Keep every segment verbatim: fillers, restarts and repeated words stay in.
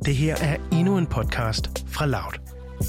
Det her er endnu en podcast fra Loud.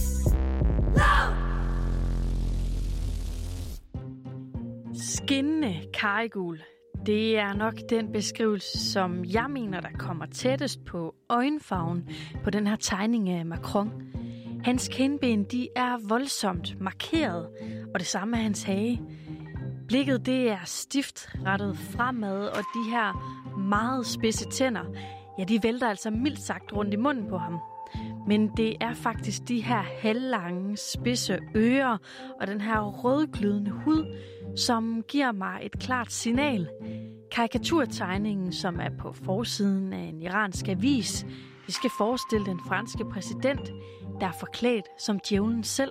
Skinnende karregul. Det er nok den beskrivelse, som jeg mener, der kommer tættest på øjenfarven på den her tegning af Macron. Hans kindben, de er voldsomt markeret, og det samme er hans hage. Blikket, det er stift rettet fremad, og de her meget spidse tænder, ja, de vælter altså mildt sagt rundt i munden på ham. Men det er faktisk de her halvlange, spidse ører og den her rødglødende hud, som giver mig et klart signal. Karikaturtegningen, som er på forsiden af en iransk avis, det skal forestille den franske præsident, der er forklædt som djævlen selv.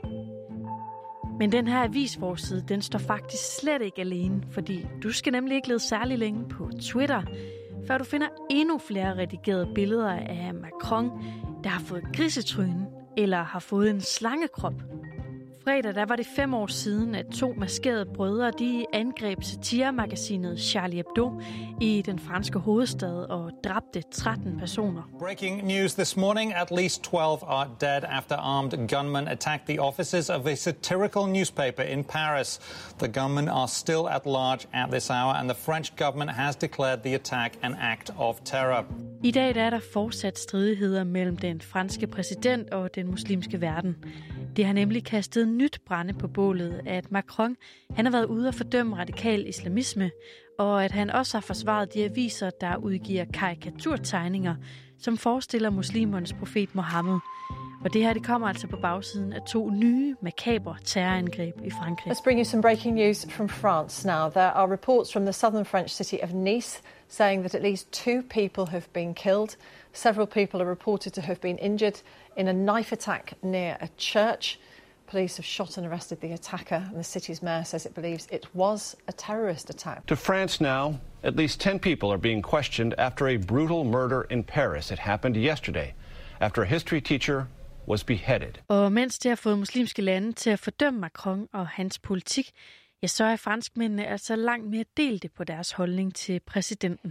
Men den her avisforside, den står faktisk slet ikke alene, fordi du skal nemlig ikke lede særlig længe på Twitter, før du finder endnu flere redigerede billeder af Macron, der har fået grisetryne eller har fået en slangekrop. Fredag der var det fem år siden, at to maskerede brødre de angreb satiremagasinet Charlie Hebdo i den franske hovedstad og dræbte tretten personer. Breaking news this morning. At least twelve are dead after armed gunmen attacked the offices of a satirical newspaper in Paris. The gunmen are still at large at this hour, and the French government has declared the attack an act of terror. I dag der er der fortsat stridigheder mellem den franske præsident og den muslimske verden. Det har nemlig kastet nyt brænde på bålet, at Macron han har været ude at fordømme radikal islamisme, og at han også har forsvaret de aviser, der udgiver karikaturtegninger, som forestiller muslimernes profet Mohammed. Og det her det kommer altså på bagsiden af to nye, makabre terrorangreb i Frankrig. Let's bring you some breaking news from France now. There are reports from the southern French city of Nice saying that at least two people have been killed. Several people are reported to have been injured in a knife attack near a church. Police have shot and arrested the attacker, and the city's mayor says it believes it was a terrorist attack. To France now. At least ten people are being questioned after a brutal murder in Paris. It happened yesterday after a history teacher was beheaded. Og mens det har fået muslimske lande til at fordømme Macron og hans politik, ja, så er franskmændene altså langt mere delte på deres holdning til præsidenten.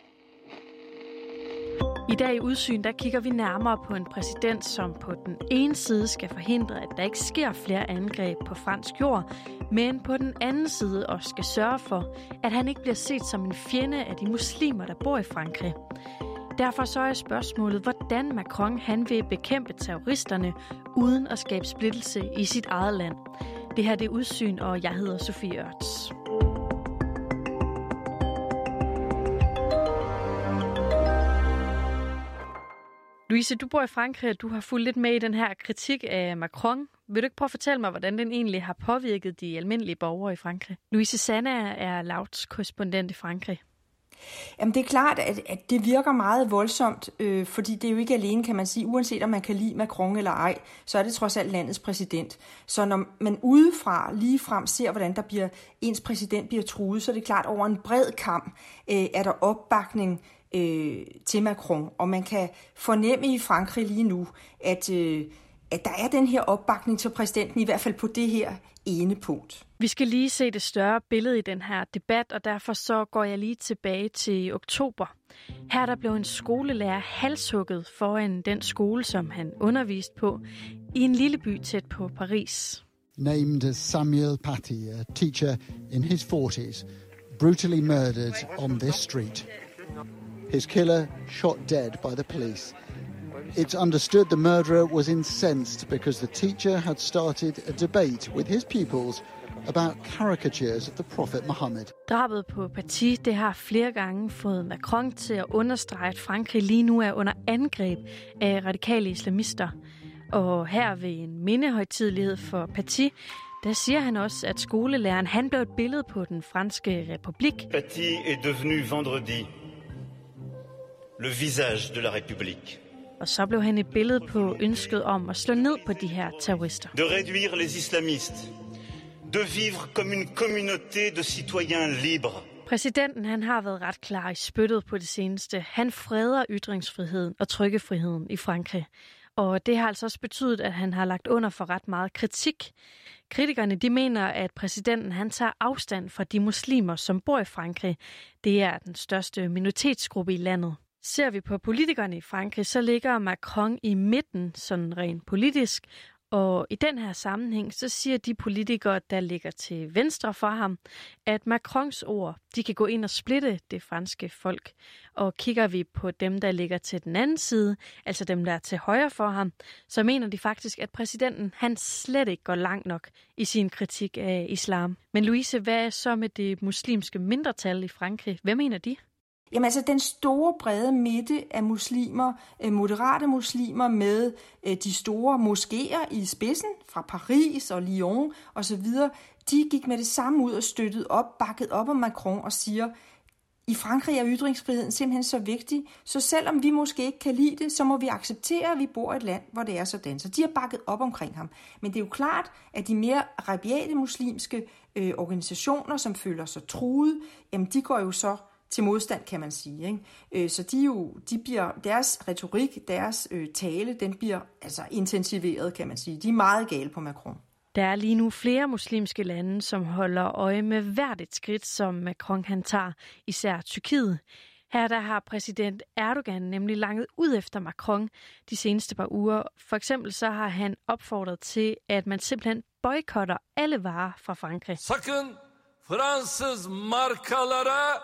I dag i Udsyn, der kigger vi nærmere på en præsident, som på den ene side skal forhindre, at der ikke sker flere angreb på fransk jord, men på den anden side også skal sørge for, at han ikke bliver set som en fjende af de muslimer, der bor i Frankrig. Derfor så er spørgsmålet, hvordan Macron han vil bekæmpe terroristerne uden at skabe splittelse i sit eget land. Det her det er Udsyn, og jeg hedder Sofie Ørts. Louise, du bor i Frankrig, og du har fulgt lidt med i den her kritik af Macron. Vil du ikke prøve at fortælle mig, hvordan den egentlig har påvirket de almindelige borgere i Frankrig? Louise Sanna er Louds korrespondent i Frankrig. Jamen det er klart, at, at det virker meget voldsomt, øh, fordi det er jo ikke alene, kan man sige, uanset om man kan lide Macron eller ej, så er det trods alt landets præsident. Så når man udefra lige frem ser, hvordan der bliver, ens præsident bliver truet, så er det klart, over en bred kam øh, er der opbakning øh, til Macron. Og man kan fornemme i Frankrig lige nu, at, øh, at der er den her opbakning til præsidenten, i hvert fald på det her ene punkt. Vi skal lige se det større billede i den her debat, og derfor så går jeg lige tilbage til oktober. Her der blev en skolelærer halshugget foran den skole, som han underviste på, i en lille by tæt på Paris. Named as Samuel Paty, a teacher in his forties, brutally murdered on this street. His killer shot dead by the police. It's understood the murderer was incensed because the teacher had started a debate with his pupils about caricatures of the Prophet Muhammad. Drabet på Paty, det har flere gange fået Macron til at understrege, at Frankrig lige nu er under angreb af radikale islamister. Og her ved en mindehøjtidelighed for Paty, der siger han også, at skolelæreren han blev et billede på den franske republik. Paty est devenu vendredi le visage de la République. Og så blev han et billede på ønsket om at slå ned på de her terrorister. De réduire les islamistes. De vivre comme une communauté de citoyens libres. Præsidenten han har været ret klar i spyttet på det seneste. Han freder ytringsfriheden og trykkefriheden i Frankrig. Og det har altså også betydet, at han har lagt under for ret meget kritik. Kritikerne de mener, at præsidenten han tager afstand fra de muslimer, som bor i Frankrig. Det er den største minoritetsgruppe i landet. Ser vi på politikerne i Frankrig, så ligger Macron i midten, sådan rent politisk. Og i den her sammenhæng, så siger de politikere, der ligger til venstre for ham, at Macrons ord, de kan gå ind og splitte det franske folk. Og kigger vi på dem, der ligger til den anden side, altså dem, der er til højre for ham, så mener de faktisk, at præsidenten, han slet ikke går langt nok i sin kritik af islam. Men Louise, hvad er så med det muslimske mindretal i Frankrig? Hvad mener de? Jamen altså den store brede midte af muslimer, moderate muslimer med de store moskéer i spidsen fra Paris og Lyon osv., de gik med det samme ud og støttede op, bakket op om Macron og siger, i Frankrig er ytringsfriheden simpelthen så vigtig, så selvom vi måske ikke kan lide det, så må vi acceptere, at vi bor i et land, hvor det er sådan. Så de har bakket op omkring ham. Men det er jo klart, at de mere rabiate muslimske øh, organisationer, som føler sig truet, jamen de går jo så til modstand, kan man sige. Ikke? Så de jo, de bliver, deres retorik, deres øh, tale, den bliver altså intensiveret, kan man sige. De er meget gale på Macron. Der er lige nu flere muslimske lande, som holder øje med hvert et skridt, som Macron han tager, især Tyrkiet. Her der har præsident Erdogan nemlig langet ud efter Macron de seneste par uger. For eksempel så har han opfordret til, at man simpelthen boykotter alle varer fra Frankrig. Sakın Fransız markalara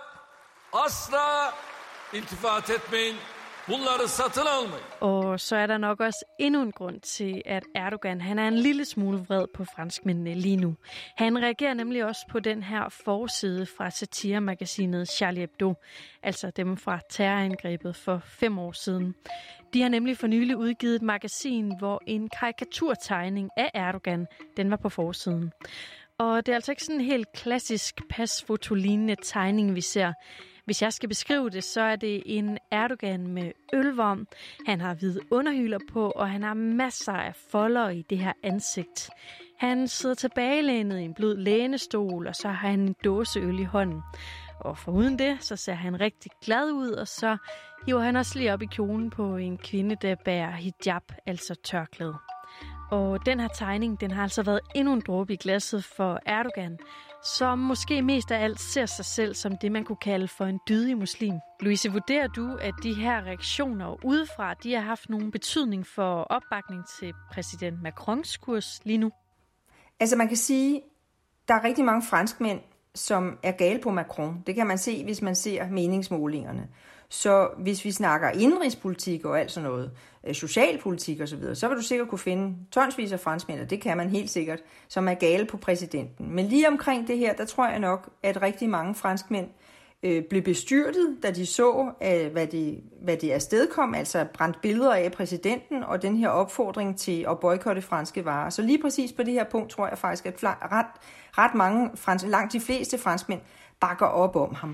asla iltifat etmeyin. Bunları satın almayın. Og så er der nok også endnu en grund til, at Erdogan han er en lille smule vred på franskmændene lige nu. Han reagerer nemlig også på den her forside fra satiremagasinet Charlie Hebdo, altså dem fra terrorangrebet for fem år siden. De har nemlig for nylig udgivet et magasin, hvor en karikaturtegning af Erdogan, den var på forsiden. Og det er altså ikke sådan en helt klassisk pasfotolignende tegning, vi ser. Hvis jeg skal beskrive det, så er det en Erdogan med ølvorm. Han har hvide underhyler på, og han har masser af folder i det her ansigt. Han sidder tilbagelænet i en blød lænestol, og så har han en dåse øl i hånden. Og foruden det, så ser han rigtig glad ud, og så hiver han også lige op i kjolen på en kvinde, der bærer hijab, altså tørklæde. Og den her tegning, den har altså været endnu en dråbe i glasset for Erdogan, som måske mest af alt ser sig selv som det, man kunne kalde for en dydig muslim. Louise, vurderer du, at de her reaktioner udefra, de har haft nogen betydning for opbakning til præsident Macrons kurs lige nu? Altså man kan sige, der er rigtig mange franskmænd, som er gale på Macron. Det kan man se, hvis man ser meningsmålingerne. Så hvis vi snakker indrigspolitik og alt sådan noget, socialpolitik og så videre, så vil du sikkert kunne finde tonsvis af franskmænd, og det kan man helt sikkert, som er gale på præsidenten. Men lige omkring det her, der tror jeg nok, at rigtig mange franskmænd øh, blev bestyrtet, da de så, øh, hvad, det, hvad det afstedkom, altså brændt billeder af præsidenten og den her opfordring til at boykotte franske varer. Så lige præcis på det her punkt tror jeg faktisk, at ret, ret mange, fransk, langt de fleste franskmænd bakker op om ham.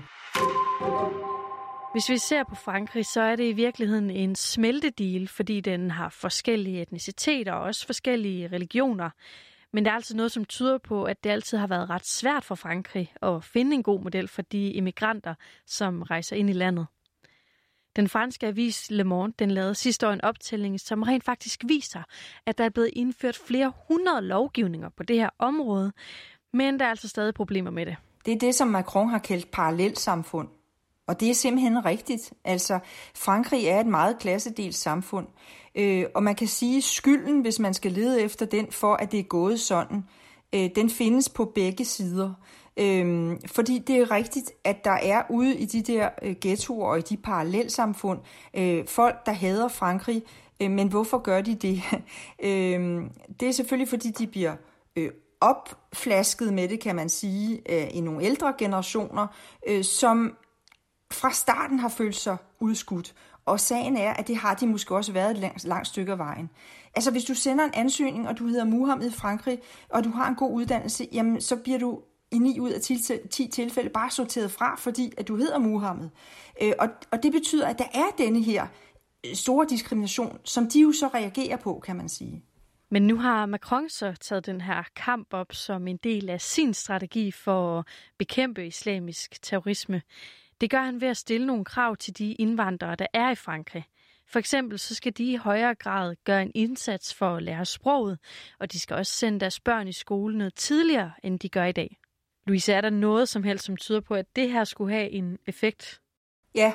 Hvis vi ser på Frankrig, så er det i virkeligheden en smeltedeal, fordi den har forskellige etniciteter og også forskellige religioner. Men der er altså noget, som tyder på, at det altid har været ret svært for Frankrig at finde en god model for de immigranter, som rejser ind i landet. Den franske avis Le Monde, den lavede sidste år en optælling, som rent faktisk viser, at der er blevet indført flere hundrede lovgivninger på det her område, men der er altså stadig problemer med det. Det er det, som Macron har kaldt parallelsamfund. Og det er simpelthen rigtigt. Altså, Frankrig er et meget klassedelt samfund. Øh, og man kan sige, skylden, hvis man skal lede efter den, for at det er gået sådan, øh, den findes på begge sider. Øh, fordi det er rigtigt, at der er ude i de der øh, ghettoer og i de parallelsamfund, øh, folk, der hader Frankrig. Øh, men hvorfor gør de det? øh, det er selvfølgelig, fordi de bliver øh, opflasket med det, kan man sige, øh, i nogle ældre generationer, øh, som fra starten har følt sig udskudt. Og sagen er, at det har de måske også været et langt, langt stykke af vejen. Altså hvis du sender en ansøgning, og du hedder Muhammed i Frankrig, og du har en god uddannelse, jamen så bliver du i ni ud af ti tilfælde bare sorteret fra, fordi at du hedder Muhammed. Og, og det betyder, at der er denne her store diskrimination, som de jo så reagerer på, kan man sige. Men nu har Macron så taget den her kamp op som en del af sin strategi for at bekæmpe islamisk terrorisme. Det gør han ved at stille nogle krav til de indvandrere, der er i Frankrig. For eksempel så skal de i højere grad gøre en indsats for at lære sproget, og de skal også sende deres børn i skole noget tidligere, end de gør i dag. Louise, er der noget som helst, som tyder på, at det her skulle have en effekt? Ja,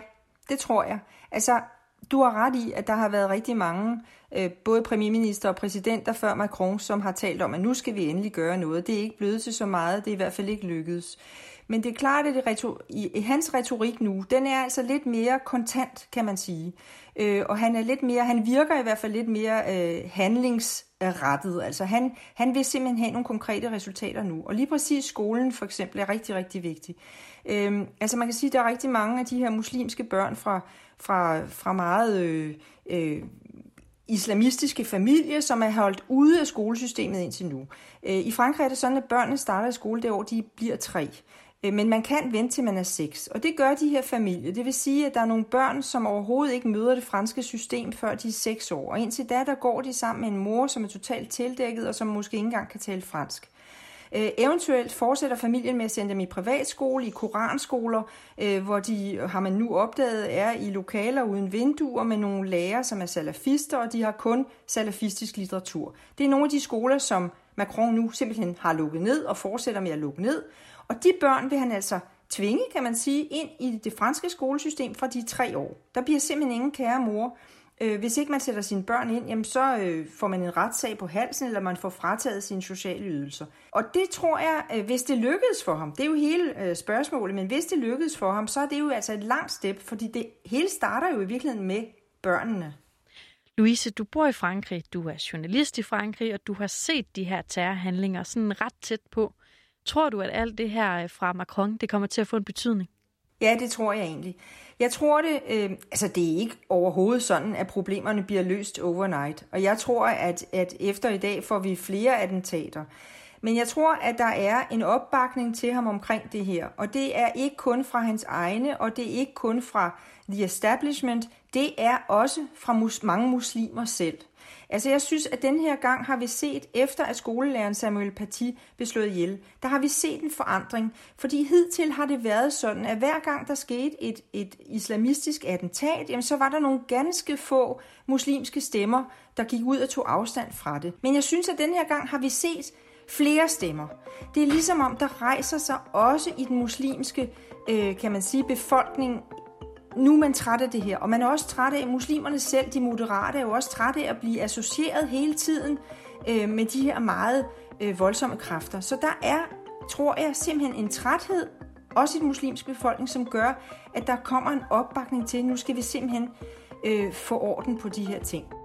Det tror jeg. Altså, du har ret i, at der har været rigtig mange, øh, både premierminister og præsidenter før Macron, som har talt om, at nu skal vi endelig gøre noget. Det er ikke blevet til så meget, det er i hvert fald ikke lykkedes. Men det er klart, at det retor- i hans retorik nu, den er altså lidt mere kontant, kan man sige. Øh, og han er lidt mere, han virker i hvert fald lidt mere øh, handlingsrettet. Altså han, han vil simpelthen have nogle konkrete resultater nu. Og lige præcis skolen for eksempel er rigtig, rigtig vigtig. Øh, altså man kan sige, at der er rigtig mange af de her muslimske børn fra, fra, fra meget øh, øh, islamistiske familier, som er holdt ude af skolesystemet indtil nu. Øh, I Frankrig er det sådan, at børnene starter i skole det år, de bliver tre. Men man kan vente til man er seks, og det gør de her familier. Det vil sige, at der er nogle børn, som overhovedet ikke møder det franske system, før de er seks år. Og indtil da, der går de sammen med en mor, som er totalt tildækket, og som måske ikke engang kan tale fransk. Øh, eventuelt fortsætter familien med at sende dem i privatskole, i koranskoler, øh, hvor de, har man nu opdaget, er i lokaler uden vinduer med nogle lærere, som er salafister, og de har kun salafistisk litteratur. Det er nogle af de skoler, som Macron nu simpelthen har lukket ned og fortsætter med at lukke ned. Og de børn vil han altså tvinge, kan man sige, ind i det franske skolesystem fra de tre år. Der bliver simpelthen ingen kære mor. Øh, hvis ikke man sætter sine børn ind, jamen så øh, får man en retssag på halsen, eller man får frataget sine sociale ydelser. Og det tror jeg, øh, hvis det lykkedes for ham, det er jo hele øh, spørgsmålet, men hvis det lykkedes for ham, så er det jo altså et langt step, fordi det hele starter jo i virkeligheden med børnene. Louise, du bor i Frankrig, du er journalist i Frankrig, og du har set de her terrorhandlinger sådan ret tæt på. Tror du, at alt det her fra Macron, det kommer til at få en betydning? Ja, det tror jeg egentlig. Jeg tror det, øh, altså det er ikke overhovedet sådan, at problemerne bliver løst overnight. Og jeg tror, at, at efter i dag får vi flere attentater. Men jeg tror, at der er en opbakning til ham omkring det her. Og det er ikke kun fra hans egne, og det er ikke kun fra the establishment. Det er også fra mus- mange muslimer selv. Altså jeg synes, at den her gang har vi set, efter at skolelæreren Samuel Paty blev slået ihjel, der har vi set en forandring. Fordi hidtil har det været sådan, at hver gang der skete et, et islamistisk attentat, jamen så var der nogle ganske få muslimske stemmer, der gik ud og tog afstand fra det. Men jeg synes, at den her gang har vi set flere stemmer. Det er ligesom om, der rejser sig også i den muslimske, øh, kan man sige, befolkning. Nu er man træt af det her, og man er også træt af, muslimerne selv, de moderate, er jo også træt af at blive associeret hele tiden øh, med de her meget øh, voldsomme kræfter. Så der er, tror jeg, simpelthen en træthed, også i den muslimske befolkning, som gør, at der kommer en opbakning til, nu skal vi simpelthen øh, få orden på de her ting.